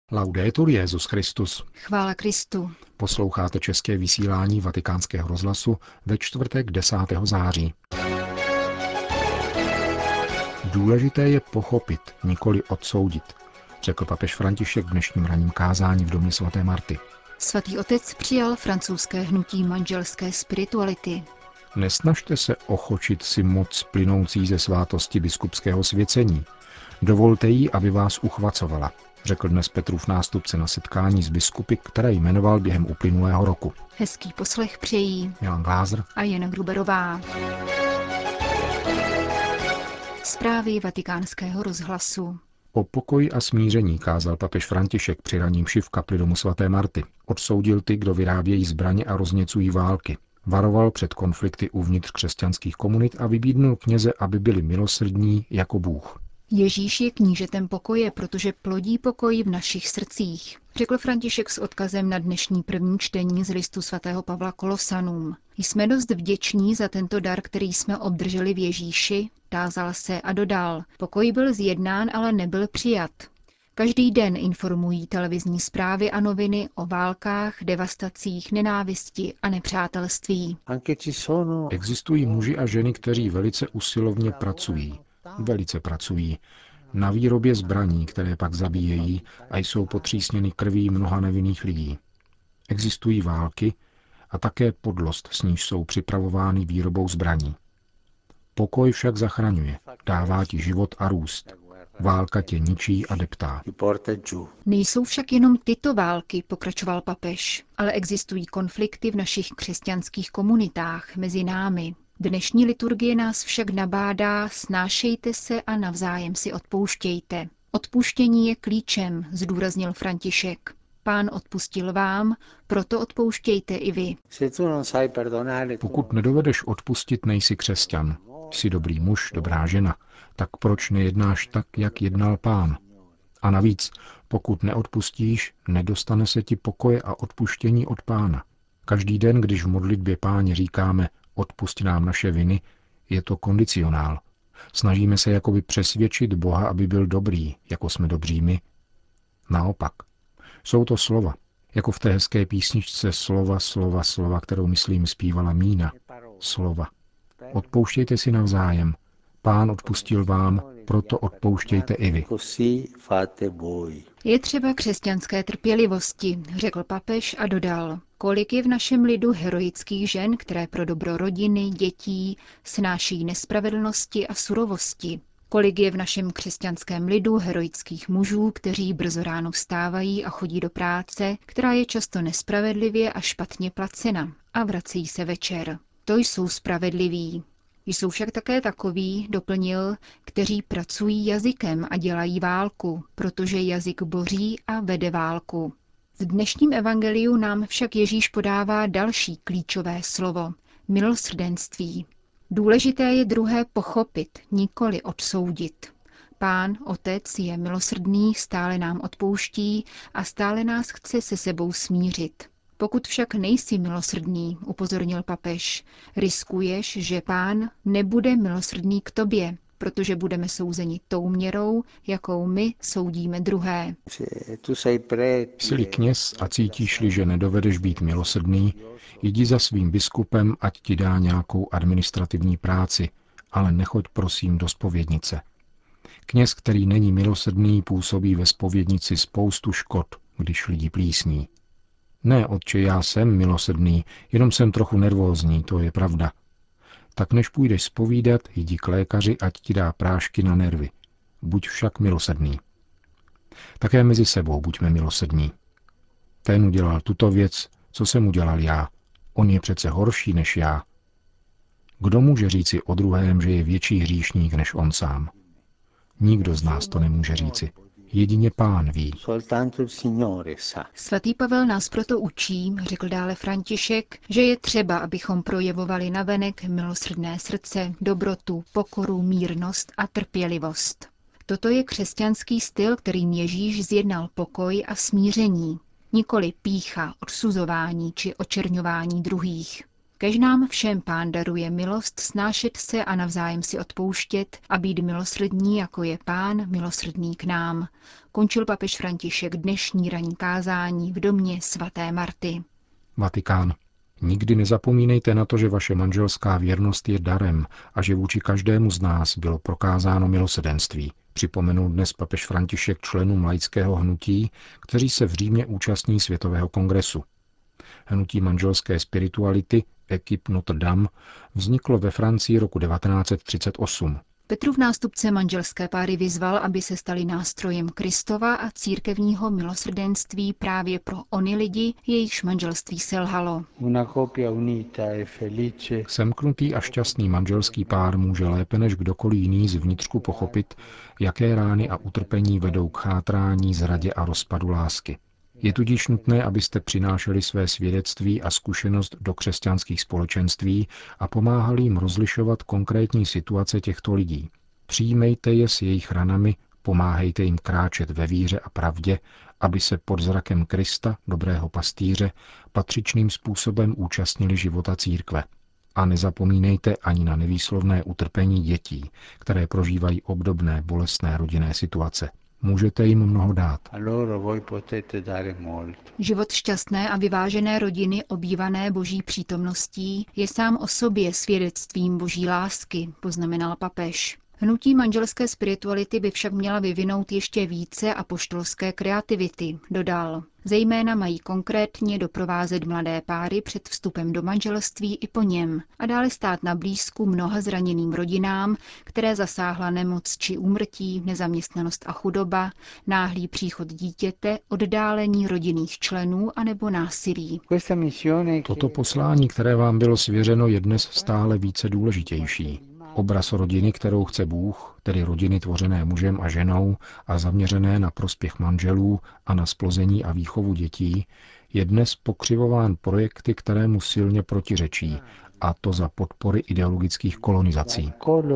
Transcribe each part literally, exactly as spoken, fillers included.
Laudetur Jesus Christus. Chvála Kristu. Posloucháte české vysílání Vatikánského rozhlasu ve čtvrtek desátého září. Důležité je pochopit, nikoli odsoudit, řekl papež František v dnešním ranním kázání v domě svaté Marty. Svatý otec přijal francouzské hnutí manželské spirituality. Nesnažte se ochočit si moc plynoucí ze svátosti biskupského svěcení. Dovolte jí, aby vás uchvacovala, řekl dnes Petrův nástupce na setkání s biskupy, které jmenoval během uplynulého roku. Hezký poslech přejí Milan Glázer a Jana Gruberová. Zprávy Vatikánského rozhlasu. O pokoji a smíření kázal papež František při raním mši v kapli domu svaté Marty. Odsoudil ty, kdo vyrábějí zbraně a rozněcují války. Varoval před konflikty uvnitř křesťanských komunit a vybídnul kněze, aby byli milosrdní jako Bůh. Ježíš je knížetem pokoje, protože plodí pokoj v našich srdcích, řekl František s odkazem na dnešní první čtení z listu svatého Pavla Kolosanům. Jsme dost vděční za tento dar, který jsme obdrželi v Ježíši, tázal se a dodal. Pokoj byl zjednán, ale nebyl přijat. Každý den informují televizní zprávy a noviny o válkách, devastacích, nenávisti a nepřátelství. Existují muži a ženy, kteří velice usilovně pracují. Velice pracují na výrobě zbraní, které pak zabíjejí a jsou potřísněny krví mnoha nevinných lidí. Existují války a také podlost, s níž jsou připravovány výrobou zbraní. Pokoj však zachraňuje, dává ti život a růst. Válka tě ničí a deptá. Nejsou však jenom tyto války, pokračoval papež, ale existují konflikty v našich křesťanských komunitách, mezi námi. Dnešní liturgie nás však nabádá, snášejte se a navzájem si odpouštějte. Odpuštění je klíčem, zdůraznil František. Pán odpustil vám, proto odpouštějte i vy. Pokud nedovedeš odpustit, nejsi křesťan. Jsi dobrý muž, dobrá žena. Tak proč nejednáš tak, jak jednal Pán? A navíc, pokud neodpustíš, nedostane se ti pokoje a odpuštění od Pána. Každý den, když v modlitbě Páně říkáme odpusť nám naše viny, je to kondicionál. Snažíme se jakoby přesvědčit Boha, aby byl dobrý, jako jsme dobří my. Naopak. Jsou to slova, jako v té hezké písničce slova, slova, slova, kterou, myslím, zpívala Mína. Slova. Odpouštějte si navzájem. Pán odpustil vám, proto odpouštějte i vy. Je třeba křesťanské trpělivosti, řekl papež a dodal. Kolik je v našem lidu heroických žen, které pro dobro rodiny, dětí snáší nespravedlnosti a surovosti. Kolik je v našem křesťanském lidu heroických mužů, kteří brzo ráno vstávají a chodí do práce, která je často nespravedlivě a špatně placena, a vracejí se večer. To jsou spravedliví. Jsou však také takoví, doplnil, kteří pracují jazykem a dělají válku, protože jazyk boří a vede válku. V dnešním evangeliu nám však Ježíš podává další klíčové slovo – milosrdenství. Důležité je druhé pochopit, nikoli odsoudit. Pán, Otec, je milosrdný, stále nám odpouští a stále nás chce se sebou smířit. Pokud však nejsi milosrdný, upozornil papež, riskuješ, že Pán nebude milosrdný k tobě, protože budeme souzeni tou měrou, jakou my soudíme druhé. Jsi-li kněz a cítíš-li, že nedovedeš být milosrdný, jdi za svým biskupem, ať ti dá nějakou administrativní práci, ale nechoď prosím do zpovědnice. Kněz, který není milosrdný, působí ve zpovědnici spoustu škod, když lidi plísní. Ne, otče, já jsem milosrdný, jenom jsem trochu nervózní, to je pravda. Tak než půjdeš zpovídat, jdi k lékaři, ať ti dá prášky na nervy. Buď však milosrdný. Také mezi sebou buďme milosrdní. Ten udělal tuto věc, co jsem udělal já. On je přece horší než já. Kdo může říci o druhém, že je větší hříšník než on sám? Nikdo z nás to nemůže říci. Jedině Pán ví. Svatý Pavel nás proto učí, řekl dále František, že je třeba, abychom projevovali navenek milosrdné srdce, dobrotu, pokoru, mírnost a trpělivost. Toto je křesťanský styl, kterým Ježíš zjednal pokoj a smíření, nikoli pýcha, odsuzování či očerňování druhých. Kež nám všem Pán daruje milost snášet se a navzájem si odpouštět a být milosrdní, jako je Pán milosrdný k nám. Končil papež František dnešní ranní kázání v domě svaté Marty. Vatikán. Nikdy nezapomínejte na to, že vaše manželská věrnost je darem a že vůči každému z nás bylo prokázáno milosrdenství. Připomenul dnes papež František členům laického hnutí, kteří se v Římě účastní Světového kongresu. Hnutí manželské spirituality Equipe Notre Dame vzniklo ve Francii roku devatenáct set třicet osm. Petrův nástupce manželské páry vyzval, aby se stali nástrojem Kristova a církevního milosrdenství právě pro ony lidi, jejichž manželství selhalo. Semknutý a šťastný manželský pár může lépe než kdokoliv jiný zvnitřku pochopit, jaké rány a utrpení vedou k chátrání, zradě a rozpadu lásky. Je tudíž nutné, abyste přinášeli své svědectví a zkušenost do křesťanských společenství a pomáhali jim rozlišovat konkrétní situace těchto lidí. Přijímejte je s jejich ranami, pomáhejte jim kráčet ve víře a pravdě, aby se pod zrakem Krista, dobrého pastýře, patřičným způsobem účastnili života církve. A nezapomínejte ani na nevýslovné utrpení dětí, které prožívají obdobné bolestné rodinné situace. Můžete jim mnoho dát. Život šťastné a vyvážené rodiny obývané Boží přítomností je sám o sobě svědectvím Boží lásky, poznamenal papež. Hnutí manželské spirituality by však měla vyvinout ještě více apoštolské kreativity, dodal. Zejména mají konkrétně doprovázet mladé páry před vstupem do manželství i po něm a dále stát na blízku mnoha zraněným rodinám, které zasáhla nemoc či úmrtí, nezaměstnanost a chudoba, náhlý příchod dítěte, oddálení rodinných členů anebo násilí. Toto poslání, které vám bylo svěřeno, je dnes stále více důležitější. Obraz rodiny, kterou chce Bůh, tedy rodiny tvořené mužem a ženou a zaměřené na prospěch manželů a na splození a výchovu dětí, je dnes pokřivován projekty, které mu silně protiřečí, a to za podpory ideologických kolonizací.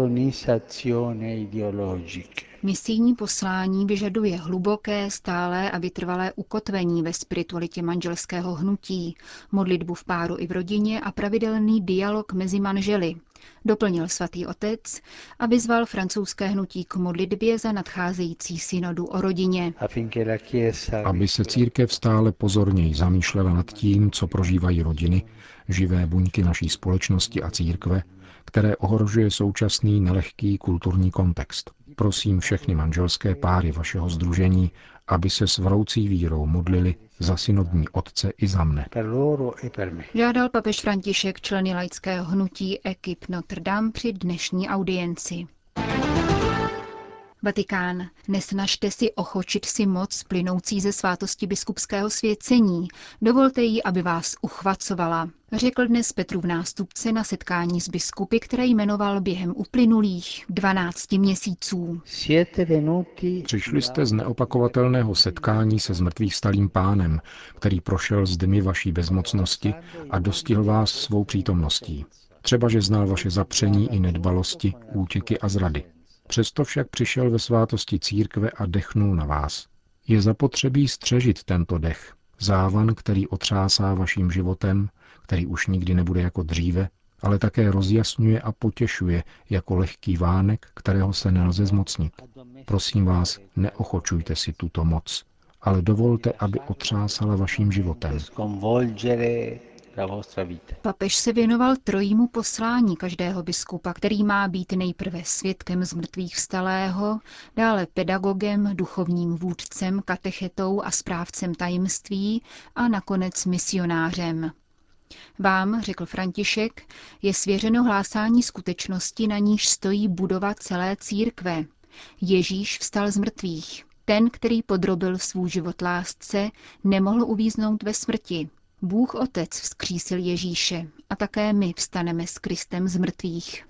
Misijní poslání vyžaduje hluboké, stálé a vytrvalé ukotvení ve spiritualitě manželského hnutí, modlitbu v páru i v rodině a pravidelný dialog mezi manželi, doplnil svatý otec a vyzval francouzské hnutí k modlitbě za nadcházející synodu o rodině. Aby se církev stále pozorněji zamýšlela nad tím, co prožívají rodiny, živé buňky naší společnosti a církve, které ohrožuje současný nelehký kulturní kontext. Prosím všechny manželské páry vašeho sdružení, aby se s vroucí vírou modlili za synodní otce i za mne. Žádal papež František členy laického hnutí Equipe Notre Dame při dnešní audienci. Vatikán. Nesnažte si ochočit si moc plynoucí ze svátosti biskupského svěcení. Dovolte jí, aby vás uchvacovala, řekl dnes Petrův nástupce na setkání s biskupy, které jmenoval během uplynulých dvanácti měsíců. Přišli jste z neopakovatelného setkání se zmrtvýchvstalým Pánem, který prošel zdmi vaší bezmocnosti a dostihl vás svou přítomností. Třeba, že znal vaše zapření i nedbalosti, útěky a zrady. Přesto však přišel ve svátosti církve a dechnul na vás. Je zapotřebí střežit tento dech, závan, který otřásá vaším životem, který už nikdy nebude jako dříve, ale také rozjasňuje a potěšuje jako lehký vánek, kterého se nelze zmocnit. Prosím vás, neochočujte si tuto moc, ale dovolte, aby otřásala vaším životem. Papež se věnoval trojímu poslání každého biskupa, který má být nejprve svědkem zmrtvých vstalého, dále pedagogem, duchovním vůdcem, katechetou a správcem tajemství a nakonec misionářem. Vám, řekl František, je svěřeno hlásání skutečnosti, na níž stojí budova celé církve. Ježíš vstal z mrtvých. Ten, který podrobil svůj život lásce, nemohl uvíznout ve smrti. Bůh Otec vzkřísil Ježíše a také my vstaneme s Kristem z mrtvých.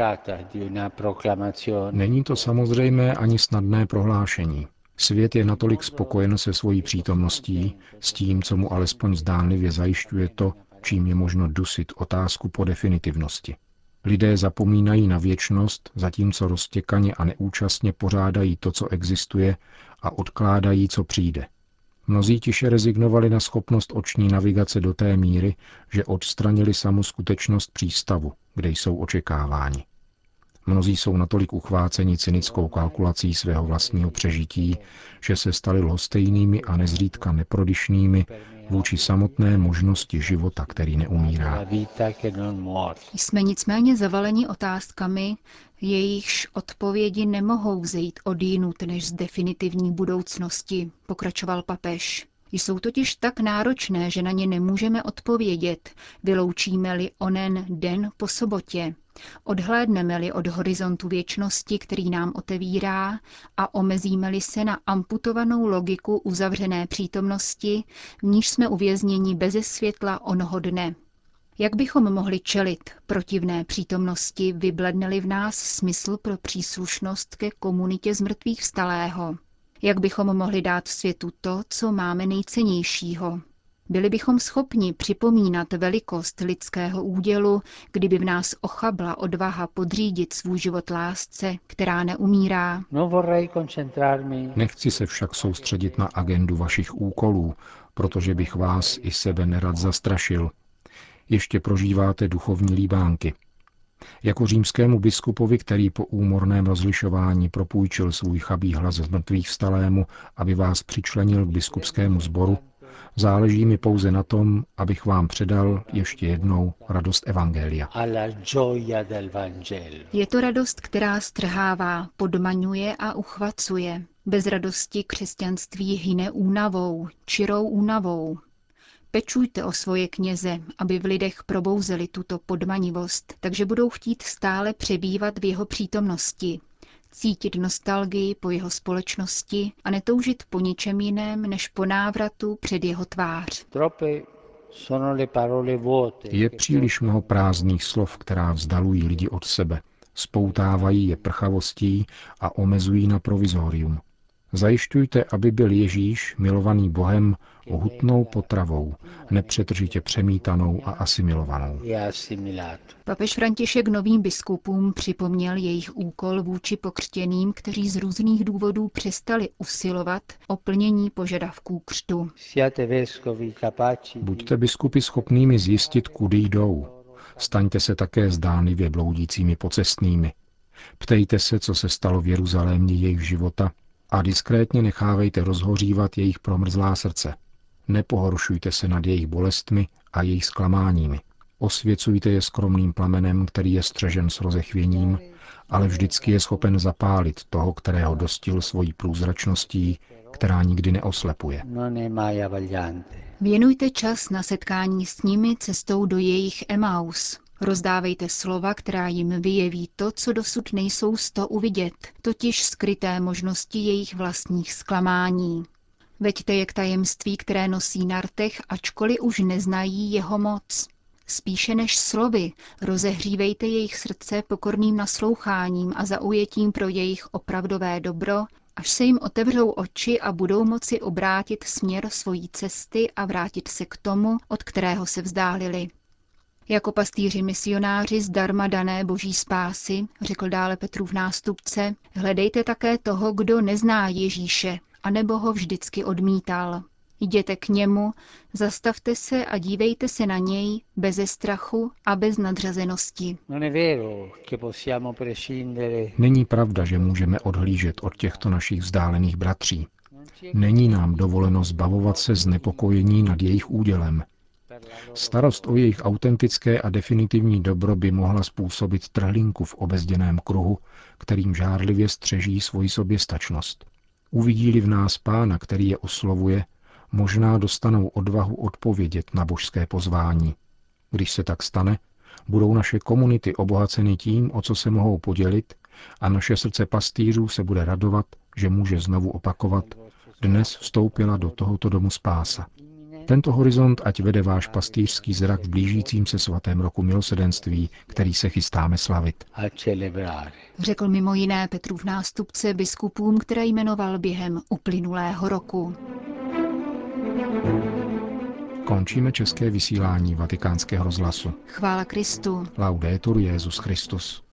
Není to samozřejmé ani snadné prohlášení. Svět je natolik spokojen se svojí přítomností, s tím, co mu alespoň zdánlivě zajišťuje to, čím je možno dusit otázku po definitivnosti. Lidé zapomínají na věčnost, zatímco roztěkaně a neúčastně pořádají to, co existuje, a odkládají, co přijde. Mnozí tiše rezignovali na schopnost oční navigace do té míry, že odstranili samu skutečnost přístavu, kde jsou očekáváni. Mnozí jsou natolik uchváceni cynickou kalkulací svého vlastního přežití, že se stali lhostejnými a nezřídka neprodyšnými vůči samotné možnosti života, který neumírá. Jsme nicméně zavaleni otázkami, jejichž odpovědi nemohou vzejít odjinud než z definitivní budoucnosti, pokračoval papež. Jsou totiž tak náročné, že na ně nemůžeme odpovědět, vyloučíme-li onen den po sobotě. Odhlédneme-li od horizontu věčnosti, který nám otevírá, a omezíme-li se na amputovanou logiku uzavřené přítomnosti, v níž jsme uvězněni beze světla onoho dne. Jak bychom mohli čelit protivné přítomnosti, vybledne-li v nás smysl pro příslušnost ke komunitě zmrtvých vstalého? Jak bychom mohli dát světu to, co máme nejcennějšího? Byli bychom schopni připomínat velikost lidského údělu, kdyby v nás ochabla odvaha podřídit svůj život lásce, která neumírá. Nechci se však soustředit na agendu vašich úkolů, protože bych vás i sebe nerad zastrašil. Ještě prožíváte duchovní líbánky. Jako římskému biskupovi, který po úmorném rozlišování propůjčil svůj chabý hlas z mrtvých vstalému, aby vás přičlenil k biskupskému sboru, záleží mi pouze na tom, abych vám předal ještě jednou radost evangelia. Je to radost, která strhává, podmaňuje a uchvacuje. Bez radosti křesťanství hyne únavou, čirou únavou. Pečujte o svoje kněze, aby v lidech probouzeli tuto podmanivost, takže budou chtít stále přebývat v jeho přítomnosti, cítit nostalgii po jeho společnosti a netoužit po ničem jiném, než po návratu před jeho tvář. Je příliš mnoho prázdných slov, která vzdalují lidi od sebe, spoutávají je prchavostí a omezují na provizorium. Zajišťujte, aby byl Ježíš, milovaný Bohem, hutnou potravou, nepřetržitě přemítanou a asimilovanou. Papež František novým biskupům připomněl jejich úkol vůči pokřtěným, kteří z různých důvodů přestali usilovat o plnění požadavků křtu. Buďte biskupy schopnými zjistit, kudy jdou. Staňte se také zdánlivě bloudícími pocestnými. Ptejte se, co se stalo v Jeruzalémě jejich života, a diskrétně nechávejte rozhořívat jejich promrzlá srdce. Nepohoršujte se nad jejich bolestmi a jejich zklamáními. Osvěcujte je skromným plamenem, který je střežen s rozechvěním, ale vždycky je schopen zapálit toho, kterého dostil svojí průzračností, která nikdy neoslepuje. Věnujte čas na setkání s nimi cestou do jejich Emaus. Rozdávejte slova, která jim vyjeví to, co dosud nejsou sto uvidět, totiž skryté možnosti jejich vlastních zklamání. Veďte je k tajemství, které nosí na rtech, ačkoliv už neznají jeho moc. Spíše než slovy, rozehřívejte jejich srdce pokorným nasloucháním a zaujetím pro jejich opravdové dobro, až se jim otevřou oči a budou moci obrátit směr svojí cesty a vrátit se k tomu, od kterého se vzdálili. Jako pastýři misionáři zdarma dané boží spásy, řekl dále Petrův nástupce, hledejte také toho, kdo nezná Ježíše, anebo ho vždycky odmítal. Jděte k němu, zastavte se a dívejte se na něj beze strachu a bez nadřazenosti. Není pravda, že můžeme odhlížet od těchto našich vzdálených bratří. Není nám dovoleno zbavovat se znepokojení nad jejich údělem. Starost o jejich autentické a definitivní dobro by mohla způsobit trhlinku v obezděném kruhu, kterým žárlivě střeží svoji soběstačnost. Uvidí-li v nás Pána, který je oslovuje, možná dostanou odvahu odpovědět na božské pozvání. Když se tak stane, budou naše komunity obohaceny tím, o co se mohou podělit, a naše srdce pastýřů se bude radovat, že může znovu opakovat: dnes vstoupila do tohoto domu spása. Tento horizont ať vede váš pastýřský zrak v blížícím se svatém roku milosedenství, který se chystáme slavit. Řekl mimo jiné Petrův nástupce biskupům, které jmenoval během uplynulého roku. Končíme české vysílání Vatikánského rozhlasu. Chvála Kristu. Laudetur Jesus Christus.